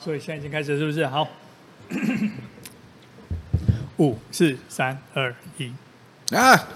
所以现在已经开始了，是不是？好，5、4、3、2、1 啊！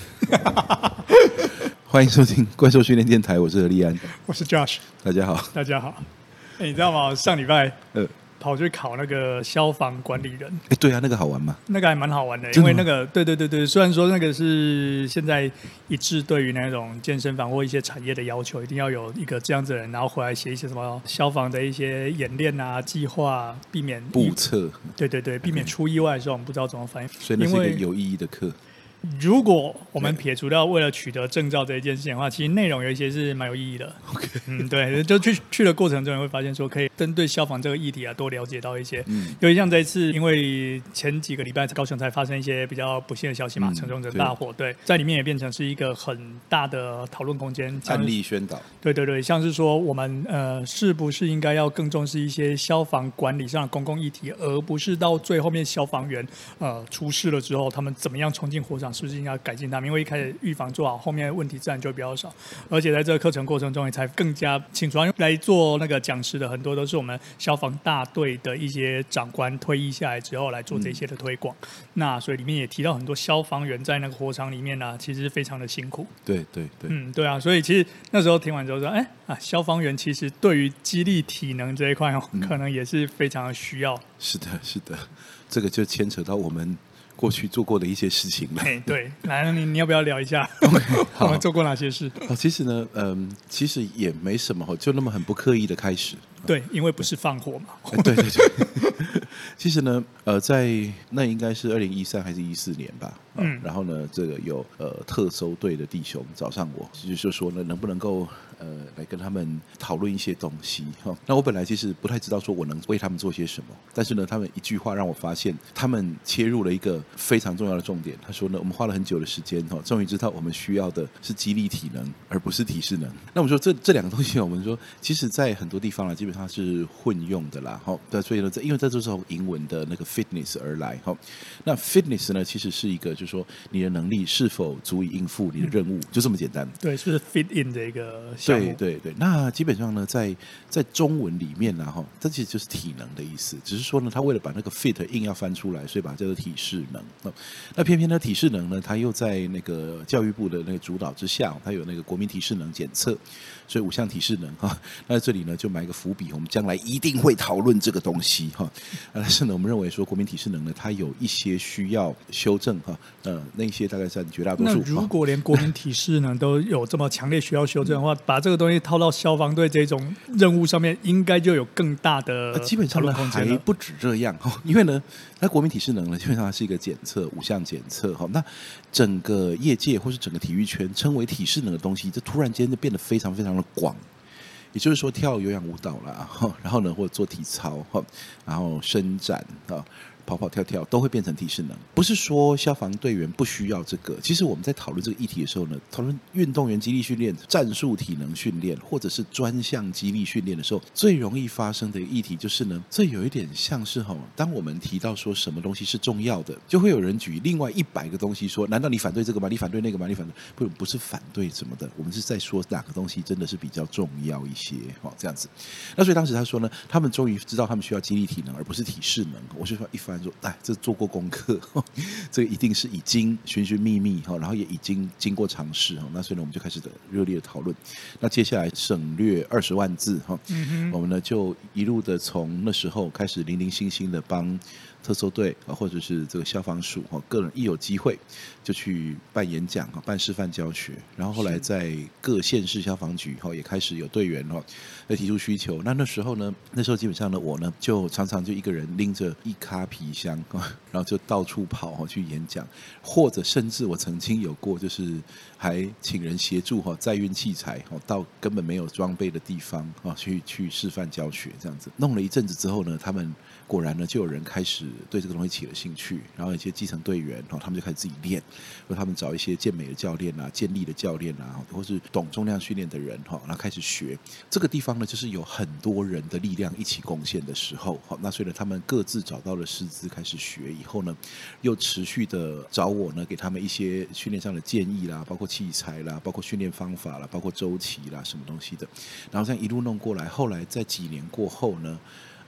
欢迎收听怪兽训练电台，我是何立安， 我是 Josh， 大家好。 大家好。你知道吗？上礼拜跑去考那个消防管理人。 对啊，那个好玩吗？ 那个还蛮好玩的，因为那个对，虽然说那个是现在一致对于那种健身房或一些产业的要求，一定要有一个这样子的人，然后回来写一些什么消防的一些演练啊、计划，避免步测。 对，避免出意外的时候，我们不知道怎么反应。 所以那是一个有意义的课。 如果我们撇除掉为了取得证照这一件事情的话，其实内容有一些是蛮有意义的。 OK， 对，就去的过程中，你会发现说可以针对消防这个议题啊，多了解到一些。尤其像这一次，因为前几个礼拜高雄才发生一些比较不幸的消息嘛，陈忠诚大火，对，在里面也变成是一个很大的讨论空间， 案例宣导。 对，像是说我们是不是应该要更重视一些消防管理上的公共议题，而不是到最后面消防员出事了之后，他们怎么样冲进火场。是不是应该改进他们？因为一开始预防做好，后面的问题自然就会比较少。而且在这个课程过程中，也才更加清楚。来做那个讲师的很多都是我们消防大队的一些长官退役下来之后来做这些的推广。那所以里面也提到很多消防员在那个火场里面呢，其实非常的辛苦。 对， 对啊。所以其实那时候听完之后说，消防员其实对于激励体能这一块可能也是非常的需要。 是的，这个就牵扯到我们过去做过的一些事情了。 对，来，你要不要聊一下 ？Okay, 我们做过哪些事？ 其实呢，其实也没什么，就那么很不刻意的开始。 对，因为不是放火嘛。 对。其实呢，在那应该是2013还是14年吧。然后呢，这个有特搜队的弟兄找上我，就说呢，能不能够来跟他们讨论一些东西。那我本来其实不太知道说我能为他们做些什么，但是呢，他们一句话让我发现，他们切入了一个非常重要的重点。他说呢，我们花了很久的时间，终于知道我们需要的是激励体能，而不是体适能。那我们说这两个东西，我们说其实在很多地方基本上是混用的啦。所以呢，因为这就是从英文的那个 fitness 而来。那 fitness 呢，其实是一个就是说你的能力是否足以应付你的任务，就这么简单。 对，是 fit in 的一个项目。 对。那基本上呢，在中文里面呢，这其实就是体能的意思。只是说呢，他为了把那个 fit 硬要翻出来，所以把它叫做体适能。那偏偏呢，体适能呢，它又在那个教育部的那个主导之下，它有那个国民体适能检测，所以5项体适能那在这里呢，就埋一个伏笔，我们将来一定会讨论这个东西但是呢，我们认为说国民体适能呢，它有一些需要修正那些大概占绝大多数。 那如果连国民体适能都有这么强烈需要修正的话，把这个东西套到消防队这种任务上面，应该就有更大的基本上呢还不止这样因为呢，那国民体适能呢，基本上是一个检测，5项检测那整个业界或是整个体育圈称为体适能的东西，这突然间就变得非常非常的广。也就是说，跳有氧舞蹈啦，然后呢，或者做体操，然后伸展跑跑跳跳都会变成体适能。不是说消防队员不需要这个，其实我们在讨论这个议题的时候呢，讨论运动员肌力训练、战术体能训练或者是专项肌力训练的时候，最容易发生的议题就是呢，这有一点像是当我们提到说什么东西是重要的，就会有人举另外100个东西说，难道你反对这个吗？你反对那个吗？你反对不是反对什么的，我们是在说哪个东西真的是比较重要一些这样子。那所以当时他说呢，他们终于知道他们需要肌力体能而不是体适能。我就说一番说，这做过功课，这个一定是已经寻寻觅觅然后也已经经过尝试那所以呢，我们就开始热烈的讨论。那接下来省略20万字我们呢就一路的从那时候开始零零星星的帮特搜队或者是这个消防署个人一有机会就去办演讲办示范教学，然后后来在各县市消防局也开始有队员来提出需求。那时候呢，基本上呢，我呢就常常就一个人拎着1卡皮箱然后就到处跑去演讲，或者甚至我曾经有过就是还请人协助载运器材到根本没有装备的地方去示范教学，这样子弄了一阵子之后呢，他们果然呢就有人开始对这个东西起了兴趣，然后一些基层队员他们就开始自己练，或他们找一些健美的教练啊、健力的教练啊，或是懂重量训练的人然后开始学。这个地方呢，就是有很多人的力量一起贡献的时候那所以呢，他们各自找到了师资开始学以后呢，又持续的找我呢，给他们一些训练上的建议啦，包括器材啦，包括训练方法啦，包括周期啦，什么东西的。然后这样一路弄过来，后来在几年过后呢，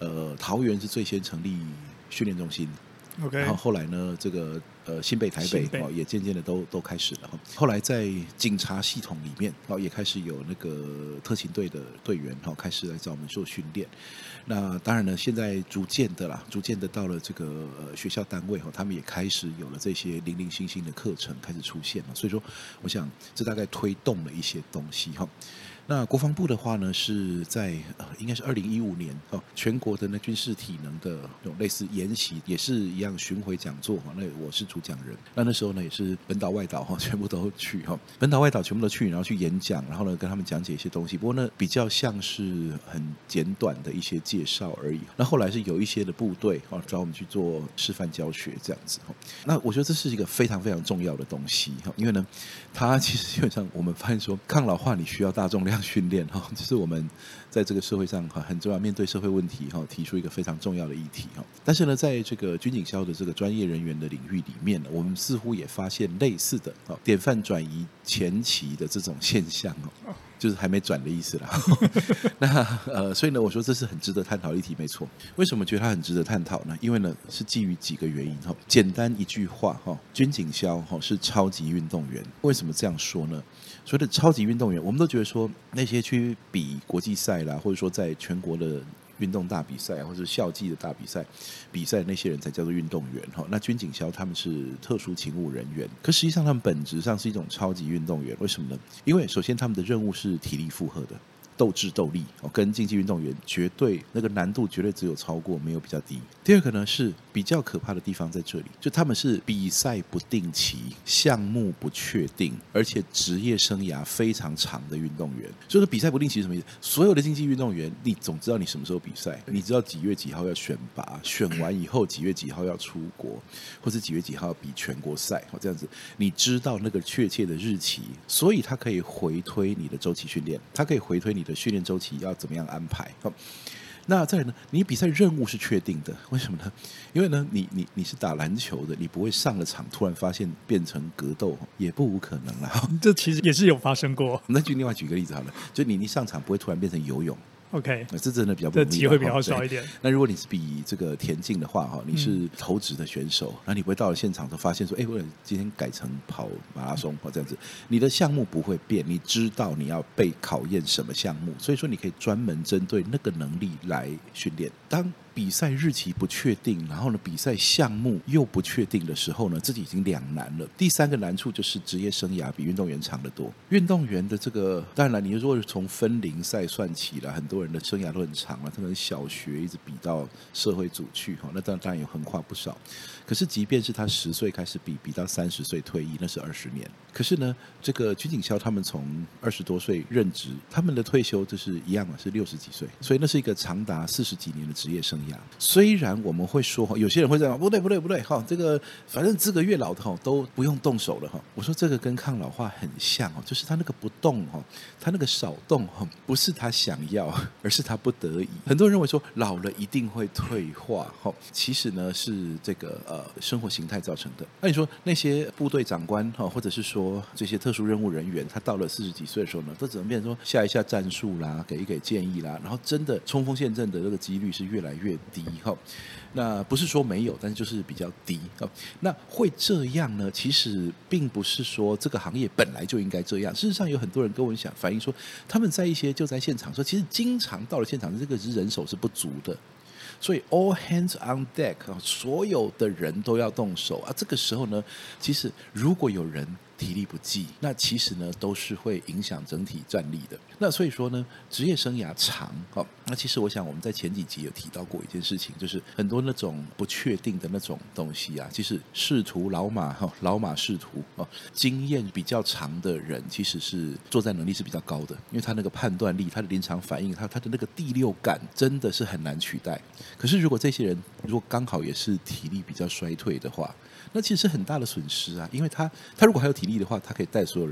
桃园是最先成立训练中心。 OK， 然后后来呢，这个新北、台北也渐渐的都开始了。后来在警察系统里面也开始有那个特勤队的队员开始来找我们做训练。那当然呢，现在逐渐的到了这个学校单位他们也开始有了这些零零星星的课程开始出现了。所以说，我想这大概推动了一些东西那国防部的话呢，是在应该是2015年全国的那军事体能的这种类似研习，也是一样巡回讲座那我是主讲人。那时候呢，也是本岛外岛全部都去本岛外岛全部都去，然后去演讲，然后呢跟他们讲解一些东西。不过呢，比较像是很简短的一些介绍而已。那后来是有一些的部队找我们去做示范教学这样子那我觉得这是一个非常非常重要的东西因为呢，它其实基本上我们发现说，抗老化你需要大重量训练这是我们在这个社会上很重要，面对社会问题提出一个非常重要的议题但是呢，在这个军警消的这个专业人员的领域里面呢，我们似乎也发现类似的典范转移前期的这种现象就是还没转的意思啦那所以呢，我说这是很值得探讨的议题，没错。为什么觉得它很值得探讨呢？因为呢，是基于几个原因简单一句话军警消是超级运动员。为什么这样说呢？所谓的超级运动员，我们都觉得说那些去比国际赛啦，或者说在全国的运动大比赛或者校际的大比赛的那些人才叫做运动员那军警消他们是特殊勤务人员，可实际上他们本质上是一种超级运动员。为什么呢？因为首先他们的任务是体力负荷的，斗智斗力跟竞技运动员绝对那个难度绝对只有超过，没有比较低。第二个呢，是比较可怕的地方在这里，就他们是比赛不定期，项目不确定，而且职业生涯非常长的运动员。所以说比赛不定期是什么意思？所有的竞技运动员你总知道你什么时候比赛，你知道几月几号要选拔，选完以后几月几号要出国，或是几月几号要比全国赛这样子，你知道那个确切的日期，所以它可以回推你的周期训练，它可以回推你的训练周期要怎么样安排那再来呢，你比赛任务是确定的，为什么呢？因为呢，你是打篮球的，你不会上了场突然发现变成格斗，也不无可能啦这其实也是有发生过。 我们再另外举个例子好了，就你上场不会突然变成游泳。 OK， 这真的比较不容易， 这机会比较少一点。 那如果你是比这个田径的话你是投掷的选手，然后你不会到了现场就发现说，我今天改成跑马拉松这样子，你的项目不会变，你知道你要被考验什么项目，所以说你可以专门针对那个能力来训练。当比赛日期不确定，然后呢比赛项目又不确定的时候呢，自己已经两难了。第三个难处就是职业生涯比运动员长得多。运动员的这个，当然了，你如果从分龄赛算起了，很多人的生涯都很长了，他们小学一直比到社会组去那当然有横跨不少。可是即便是他10岁开始比到30岁退役，那是20年。可是呢，这个军警消他们从20多岁任职，他们的退休就是一样是60几岁，所以那是一个长达40几年的职业生涯。虽然我们会说有些人会这样，不对这个反正资格越老的都不用动手了我说这个跟抗老化很像就是他那个不动他那个少动不是他想要，而是他不得已。很多人认为说老了一定会退化其实呢是这个生活形态造成的。那你说那些部队长官或者是说这些特殊任务人员，他到了40几岁的时候呢，都只能变成说下一下战术啦，给一给建议啦，然后真的冲锋陷阵的这个几率是越来越低那不是说没有，但是就是比较低那会这样呢，其实并不是说这个行业本来就应该这样。事实上有很多人跟我反映说，他们在一些救灾现场说，其实经常到了现场这个人手是不足的，所以 all hands on deck 所有的人都要动手这个时候呢，其实如果有人体力不济，那其实呢都是会影响整体战力的。那所以说呢，职业生涯长那其实我想我们在前几集有提到过一件事情，就是很多那种不确定的那种东西其实仕途老马仕途经验比较长的人其实是作战能力是比较高的，因为他那个判断力，他的临场反应，他的那个第六感真的是很难取代。可是如果这些人如果刚好也是体力比较衰退的话，那其实是很大的损失因为他如果还有体力的话，他可以带所有人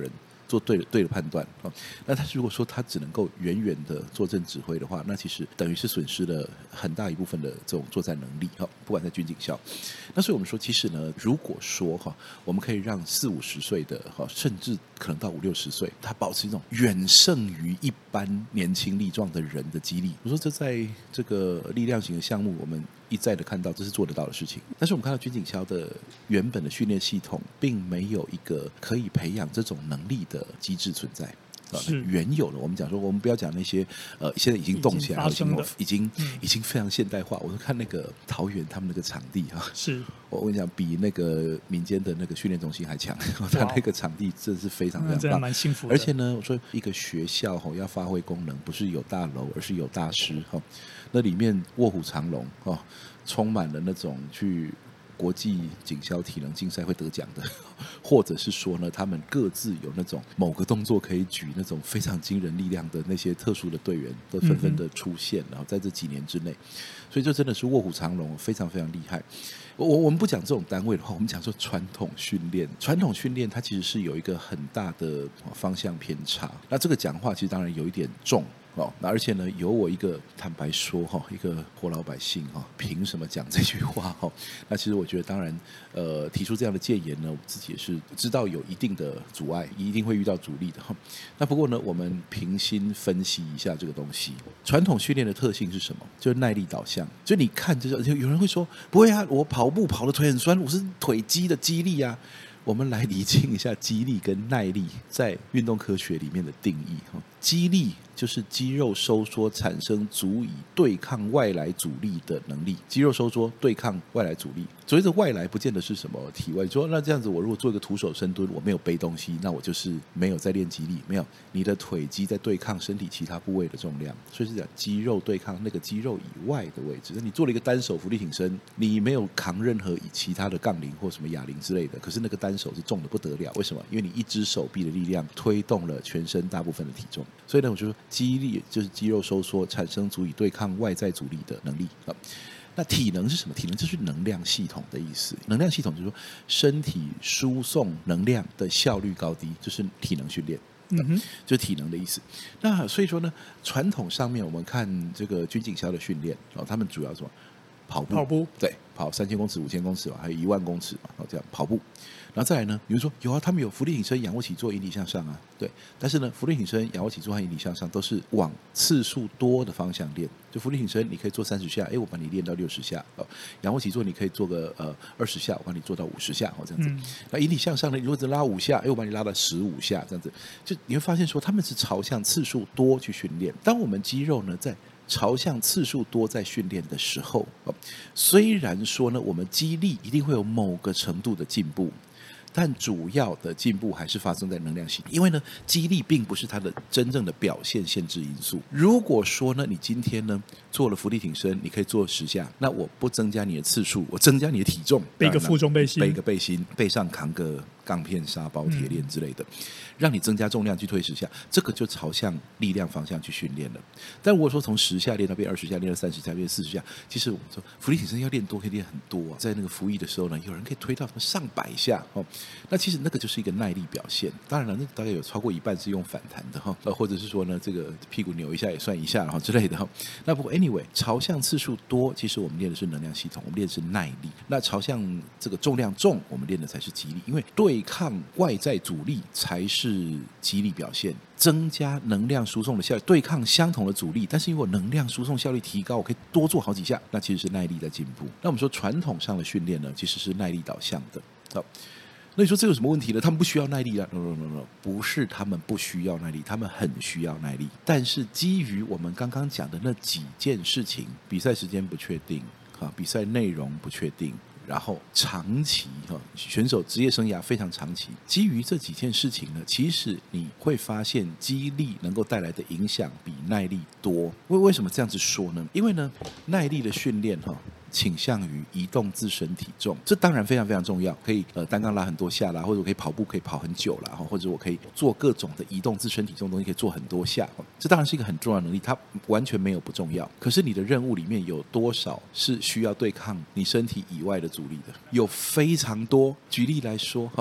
做对的判断。那他如果说他只能够远远的坐镇指挥的话，那其实等于是损失了很大一部分的这种作战能力，不管在军警校。那所以我们说，其实呢，如果说我们可以让40-50岁的甚至可能到50-60岁，他保持一种远胜于一般年轻力壮的人的激励。我说这在这个力量型的项目，我们一再的看到这是做得到的事情。但是我们看到军警校的原本的训练系统并没有一个可以培养这种能力的机制存在。原有的，我们讲说，我们不要讲那些现在已经动起来了，已经非常现代化。我都看那个桃园他们那个场地是我跟你讲，比那个民间的那个训练中心还强。他那个场地真的是非常非常棒， 真的蛮幸福的。 而且呢，我说一个学校要发挥功能，不是有大楼，而是有大师那里面卧虎藏龙充满了那种去国际警校体能竞赛会得奖的，或者是说呢，他们各自有那种某个动作可以举那种非常惊人力量的那些特殊的队员，都纷纷的出现，然后在这几年之内，所以这真的是卧虎藏龙，非常非常厉害。我们不讲这种单位的话，我们讲说传统训练。传统训练它其实是有一个很大的方向偏差。那这个讲话其实当然有一点重。那而且呢，有我一个坦白说一个活老百姓凭什么讲这句话那其实我觉得，当然提出这样的谏言呢，我自己也是知道有一定的阻碍，一定会遇到阻力的那不过呢，我们平心分析一下这个东西。传统训练的特性是什么？就是耐力导向。就你看，就是有人会说，不会啊，我跑步跑的腿很酸，我是腿肌的肌力啊。我们来厘清一下肌力跟耐力在运动科学里面的定义。肌力就是肌肉收缩产生足以对抗外来阻力的能力。肌肉收缩对抗外来阻力，所谓的外来不见得是什么体外。说那这样子，我如果做一个徒手深蹲，我没有背东西，那我就是没有在练肌力。没有，你的腿肌在对抗身体其他部位的重量，所以是讲肌肉对抗那个肌肉以外的位置。那你做了一个单手伏地挺身，你没有扛任何以其他的杠铃或什么哑铃之类的，可是那个单手是重的不得了。为什么？因为你一只手臂的力量推动了全身大部分的体重。所以呢，我就说肌力就是肌肉收缩产生足以对抗外在阻力的能力。那体能是什么？体能就是能量系统的意思。能量系统就是说身体输送能量的效率高低，就是体能训练。就是体能的意思。那所以说呢，传统上面我们看这个军警校的训练他们主要什么？跑步，对，跑3000公尺、5000公尺还有10000公尺这样跑步。然后再来呢，比如说有他们有伏地挺身、仰卧起坐、引体向上啊，对。但是呢，伏地挺身、仰卧起坐和引体向上都是往次数多的方向练。就伏地挺身，你可以做30下，我把你练到60下；仰卧起坐，你可以做个20下，我把你做到50下，这样子。那引体向上呢，你如果只拉5下，我把你拉到15下，这样子。就你会发现说，他们是朝向次数多去训练。当我们肌肉呢在朝向次数多在训练的时候，虽然说呢，我们肌力一定会有某个程度的进步，但主要的进步还是发生在能量系统。因为呢，肌力并不是它的真正的表现限制因素。如果说呢，你今天呢做了伏地挺身，你可以做10下，那我不增加你的次数，我增加你的体重， 背个负重背心， 背个背心，背上扛个钢片、沙包、铁链之类的，让你增加重量去推10下，这个就朝向力量方向去训练了。但如果说从10下练到变20下，练到30下，变40下，其实我们说伏地挺身要练多，可以练很多在那个服役的时候呢，有人可以推到什么上百下那其实那个就是一个耐力表现。当然了，那大概有超过一半是用反弹的或者是说呢，这个屁股扭一下也算一下之类的那不过 anyway， 朝向次数多，其实我们练的是能量系统，我们练的是耐力。那朝向这个重量重，我们练的才是肌力，因为对抗外在阻力才是肌力表现。增加能量输送的效率，对抗相同的阻力，但是因为我能量输送效率提高，我可以多做好几下，那其实是耐力在进步。那我们说传统上的训练呢，其实是耐力导向的。那你说这有什么问题呢？他们不需要耐力啊 ？No， 不是他们不需要耐力，他们很需要耐力。但是基于我们刚刚讲的那几件事情，比赛时间不确定，比赛内容不确定。然后长期选手职业生涯非常长期，基于这几件事情呢，其实你会发现肌力能够带来的影响比耐力多。为什么这样子说呢？因为呢，耐力的训练倾向于移动自身体重，这当然非常非常重要，可以单杠拉很多下啦，或者我可以跑步可以跑很久啦，或者我可以做各种的移动自身体重的东西可以做很多下，这当然是一个很重要的能力，它完全没有不重要。可是你的任务里面有多少是需要对抗你身体以外的阻力的？有非常多。举例来说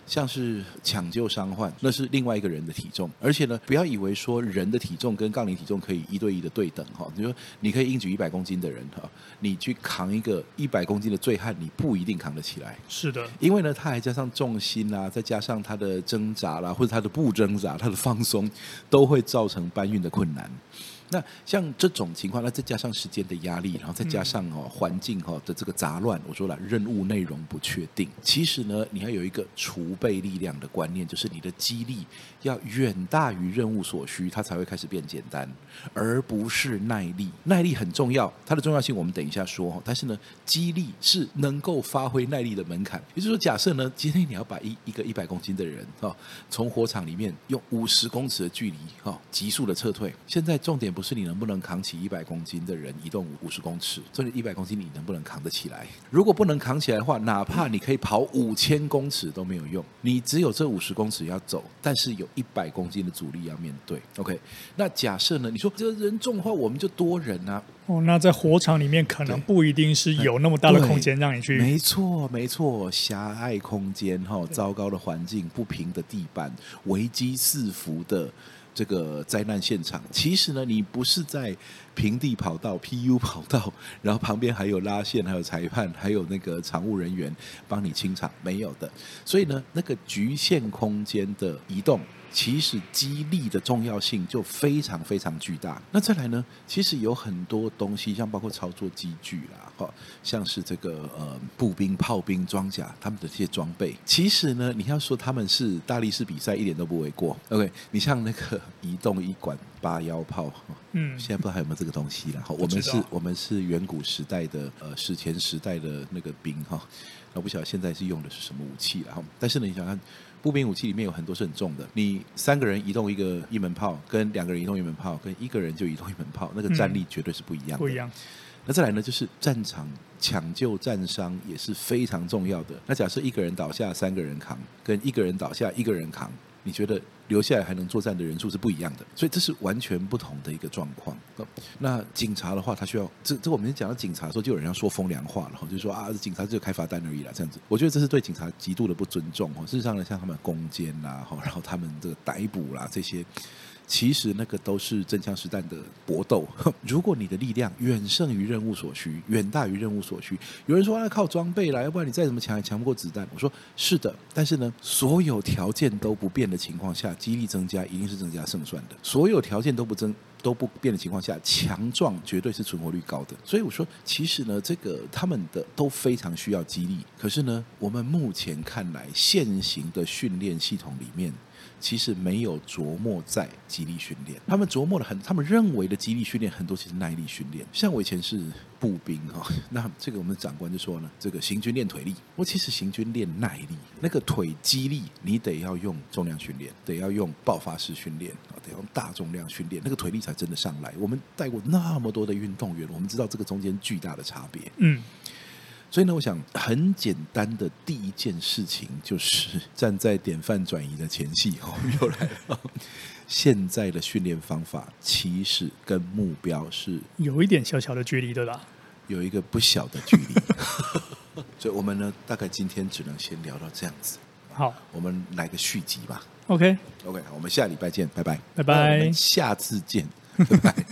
像是抢救伤患，那是另外一个人的体重，而且呢，不要以为说人的体重跟杠铃体重可以1对1的对等哈。你说你可以硬举100公斤的人哈，你去扛一个100公斤的醉汉，你不一定扛得起来。 是的， 因为呢，他还加上重心啊，再加上他的挣扎啦，或者他的不挣扎，他的放松，都会造成搬运的困难。那像这种情况，那再加上时间的压力，然后再加上环境的这个杂乱，我说了任务内容不确定。其实呢，你要有一个储备力量的观念，就是你的肌力要远大于任务所需，它才会开始变简单，而不是耐力。耐力很重要，它的重要性我们等一下说。但是呢，肌力是能够发挥耐力的门槛。也就是说，假设呢，今天你要把一个100公斤的人从火场里面用50公尺的距离急速的撤退，现在重点不是你能不能扛起100公斤的人移动50公尺，重点100公斤你能不能扛得起来。如果不能扛起来的话，哪怕你可以跑5000公尺都没有用，你只有这50公尺要走，但是有100公斤的阻力要面对。 OK， 那假设呢，你说这人重的话我们就多人啊， 那在火场里面可能不一定是有那么大的空间让你去。 没错没错，狭隘空间糟糕的环境，不平的地板，危机四伏的这个灾难现场。其实呢，你不是在平地跑道 PU 跑道，然后旁边还有拉线，还有裁判，还有那个常务人员帮你清场，没有的。所以呢，那个局限空间的移动，其实肌力的重要性就非常非常巨大。那再来呢，其实有很多东西，像包括操作机具啦，像是这个步兵、炮兵、装甲，他们的这些装备，其实呢，你要说他们是大力士比赛，一点都不为过。OK， 你像那个移动一管8腰炮，现在不知道还有没有这个东西啦。我们是远古时代的史前时代的那个兵哈，我不晓得现在是用的是什么武器啦。但是呢，你想看。步兵武器里面有很多是很重的，你3个人移动一门炮，跟2个人移动一门炮，跟1个人就移动一门炮，那个战力绝对是不一样的。 不一样。 那再来呢，就是战场抢救战伤也是非常重要的。那假设1个人倒下，3个人扛，跟1个人倒下1个人扛，你觉得留下来还能作战的人数是不一样的，所以这是完全不同的一个状况。那警察的话，他需要这我们讲到警察的时候，就有人要说风凉话了，就是说警察只有开罚单而已啦，这样子。我觉得这是对警察极度的不尊重。事实上呢，像他们攻坚啦，然后他们这个逮捕啦这些。其实那个都是真枪实弹的搏斗。如果你的力量远胜于任务所需，远大于任务所需，有人说靠装备啦，要不然你再怎么强也强不过子弹。我说是的，但是呢，所有条件都不变的情况下，肌力增加一定是增加胜算的。所有条件都不变的情况下，强壮绝对是存活率高的。所以我说，其实呢，这个他们的都非常需要肌力。可是呢，我们目前看来，现行的训练系统里面，其实没有琢磨在肌力训练。他们琢磨了他们认为的肌力训练很多其实耐力训练。像我以前是步兵那这个我们的长官就说呢，这个行军练腿力。我其实行军练耐力，那个腿肌力你得要用重量训练，得要用爆发式训练，得用大重量训练，那个腿力才真的上来。我们带过那么多的运动员，我们知道这个中间巨大的差别。所以呢，我想很简单的第一件事情就是站在典范转移的前夕，又来了。现在的训练方法其实跟目标是有一点小小的距离，对吧？ 有一个不小的距离。所以我们呢，大概今天只能先聊到这样子。 好， 我们来个续集吧。 OK， 我们下礼拜见，拜拜， 拜拜， 我们下次见，拜拜。